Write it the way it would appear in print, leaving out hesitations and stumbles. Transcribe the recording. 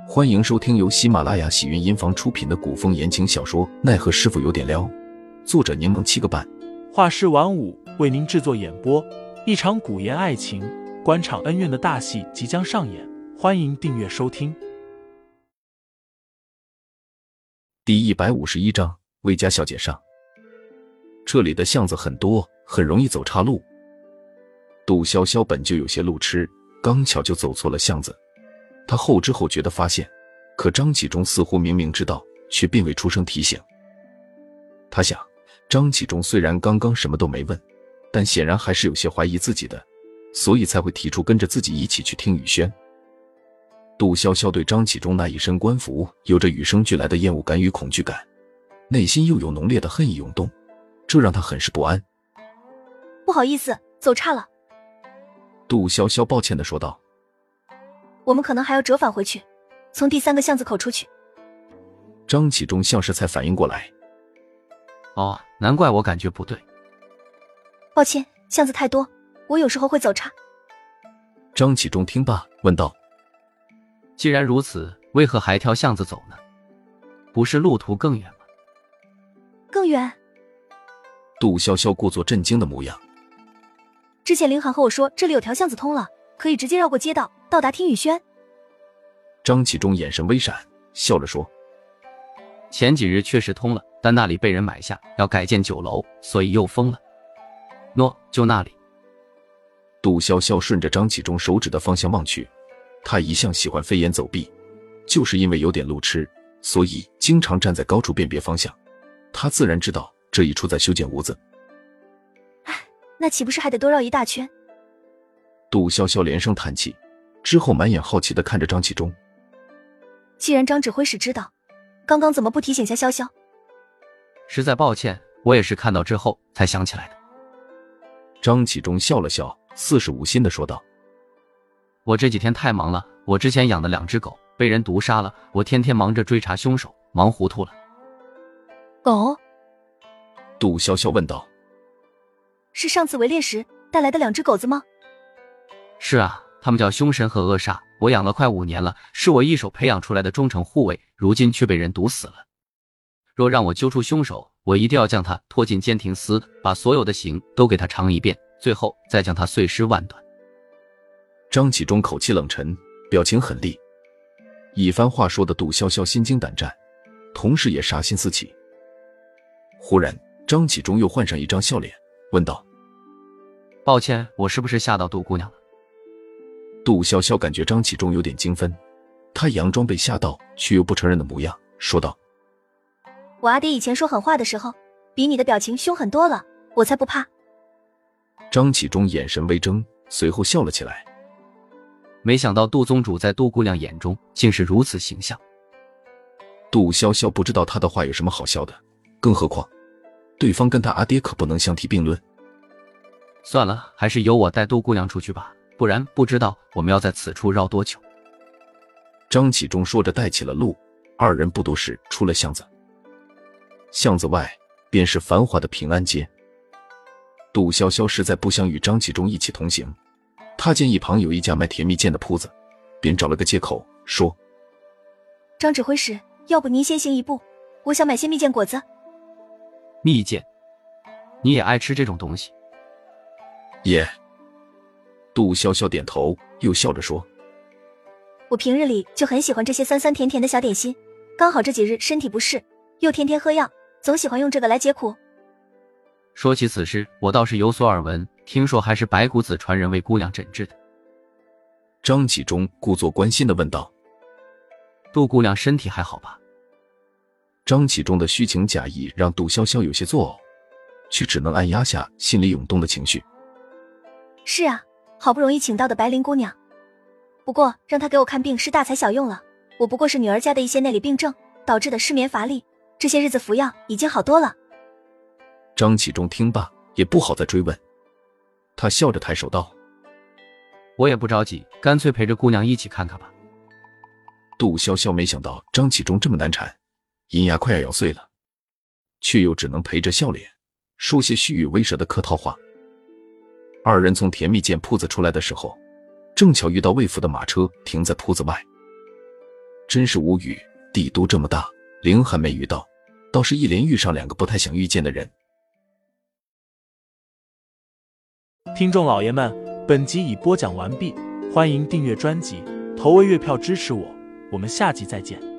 欢迎收听由喜马拉雅喜云音房出品的古风言情小说《奈何师傅有点撩》，作者柠檬七个半， 画师晚舞为您制作演播。一场古言爱情、官场恩怨的大戏即将上演，欢迎订阅收听。 第151章，魏家小姐上。这里的巷子很多，很容易走岔路。杜潇潇本就有些路痴，刚巧就走错了巷子。他后知后觉地发现，可张启忠似乎明明知道，却并未出声提醒。他想，张启忠虽然刚刚什么都没问，但显然还是有些怀疑自己的，所以才会提出跟着自己一起去听雨轩。杜潇潇对张启忠那一身官服有着与生俱来的厌恶感与恐惧感，内心又有浓烈的恨意涌动，这让他很是不安。 不好意思，走岔了。 杜潇潇抱歉地说道。 我们可能还要折返回去，从第3个巷子口出去。 张启忠像是才反应过来。 哦，难怪我感觉不对。 抱歉，巷子太多，我有时候会走岔。 张启忠听罢问道。 既然如此，为何还挑巷子走呢？不是路途更远吗？ 更远？ 杜潇潇故作震惊的模样。 之前林涵和我说这里有条巷子通了，可以直接绕过街道到达听雨轩。 张启忠眼神微闪，笑着说。 前几日确实通了，但那里被人买下，要改建酒楼，所以又封了。喏，就那里。 杜潇潇顺着张启忠手指的方向望去，他一向喜欢飞檐走壁，就是因为有点路痴，所以经常站在高处辨别方向。他自然知道这一处在修建屋子。 唉，那岂不是还得多绕一大圈？ 杜潇潇连声叹气，之后满眼好奇地看着张启忠。 既然张指挥使知道，刚刚怎么不提醒下潇潇？ 实在抱歉，我也是看到之后才想起来的。 张启忠笑了笑，似是无心地说道。 我这几天太忙了，我之前养的2只狗被人毒杀了，我天天忙着追查凶手，忙糊涂了。 狗？ 杜潇潇问道。 是上次围猎时带来的2只狗子吗？ 是啊，他们叫凶神和恶煞，我养了快5年了，是我一手培养出来的忠诚护卫，如今却被人毒死了。若让我揪出凶手，我一定要将他拖进监庭司，把所有的刑都给他尝一遍，最后再将他碎尸万段。 张启忠口气冷沉，表情狠厉，一番话说的杜潇潇心惊胆战，同时也杀心四起。忽然张启忠又换上一张笑脸，问道。 抱歉，我是不是吓到杜姑娘了？ 杜潇潇感觉张启忠有点精分，他佯装被吓到却又不承认的模样，说道。 我阿爹以前说狠话的时候，比你的表情凶狠多了，我才不怕。 张启忠眼神微睁，随后笑了起来。 没想到杜宗主在杜姑娘眼中竟是如此形象。 杜潇潇不知道他的话有什么好笑的，更何况对方跟他阿爹可不能相提并论。 算了，还是由我带杜姑娘出去吧，不然不知道我们要在此处绕多久。 张启忠说着带起了路，二人不多时出了巷子。巷子外便是繁华的平安街。杜潇潇实在不想与张启忠一起同行，他见一旁有一家卖甜蜜饯的铺子，便找了个借口说。 张指挥使，要不您先行一步，我想买些蜜饯果子。 蜜饯？你也爱吃这种东西？ 也。杜潇潇点头，又笑着说。 我平日里就很喜欢这些酸酸甜甜的小点心，刚好这几日身体不适，又天天喝药，总喜欢用这个来解苦。 说起此事，我倒是有所耳闻，听说还是白骨子传人为姑娘诊治的。 张启忠故作关心地问道。 杜姑娘身体还好吧？ 张启忠的虚情假意让杜潇潇有些作呕，却只能按压下心里涌动的情绪。 是啊，好不容易请到的白灵姑娘，不过让她给我看病是大材小用了，我不过是女儿家的一些内里病症导致的失眠乏力，这些日子服药已经好多了。 张启忠听罢也不好再追问，他笑着抬手道。 我也不着急，干脆陪着姑娘一起看看吧。 杜潇潇没想到张启忠这么难缠，银牙快要咬碎了，却又只能陪着笑脸说些虚与委蛇的客套话。二人从甜蜜饯铺子出来的时候，正巧遇到魏府的马车停在铺子外。 真是无语。帝都这么大，灵还没遇到，倒是一连遇上2个不太想遇见的人。 听众老爷们，本集已播讲完毕，欢迎订阅专辑，投喂月票支持我，我们下集再见。